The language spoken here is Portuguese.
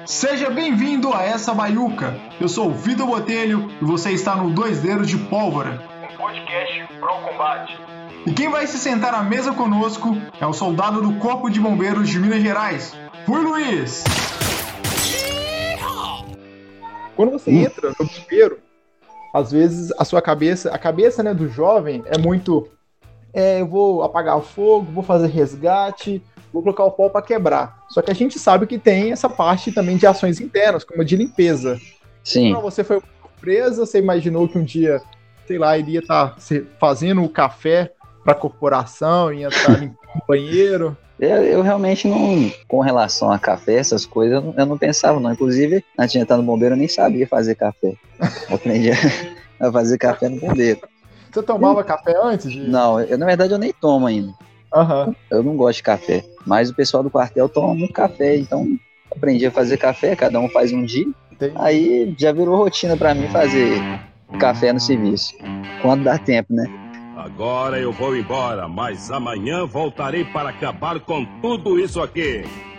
Seja bem-vindo a essa baiuca. Eu sou o Vitor Botelho e você está no Dois Dedos de Pólvora, um podcast pro combate. E quem vai se sentar à mesa conosco é o soldado do Corpo de Bombeiros de Minas Gerais, Rui Luiz. Quando você entra no bombeiro, às vezes a cabeça, né, do jovem é muito... eu vou apagar o fogo, vou fazer resgate, vou colocar o pau para quebrar. Só que a gente sabe que tem essa parte também de ações internas, como a de limpeza. Sim. Então, você foi presa, você imaginou que um dia, sei lá, iria estar fazendo o café para a corporação, ia estar limpando o banheiro. Eu realmente não, com relação a café, essas coisas, eu não pensava não. Inclusive, antes de entrar no bombeiro, eu nem sabia fazer café. Eu aprendi a fazer café no bombeiro. Você tomava café antes de... Não, na verdade eu nem tomo ainda. Uhum. Eu não gosto de café, mas o pessoal do quartel toma muito café, então aprendi a fazer café, cada um faz um dia. Entendi. Aí já virou rotina pra mim fazer café no serviço, quando dá tempo, né? Agora eu vou embora, mas amanhã voltarei para acabar com tudo isso aqui.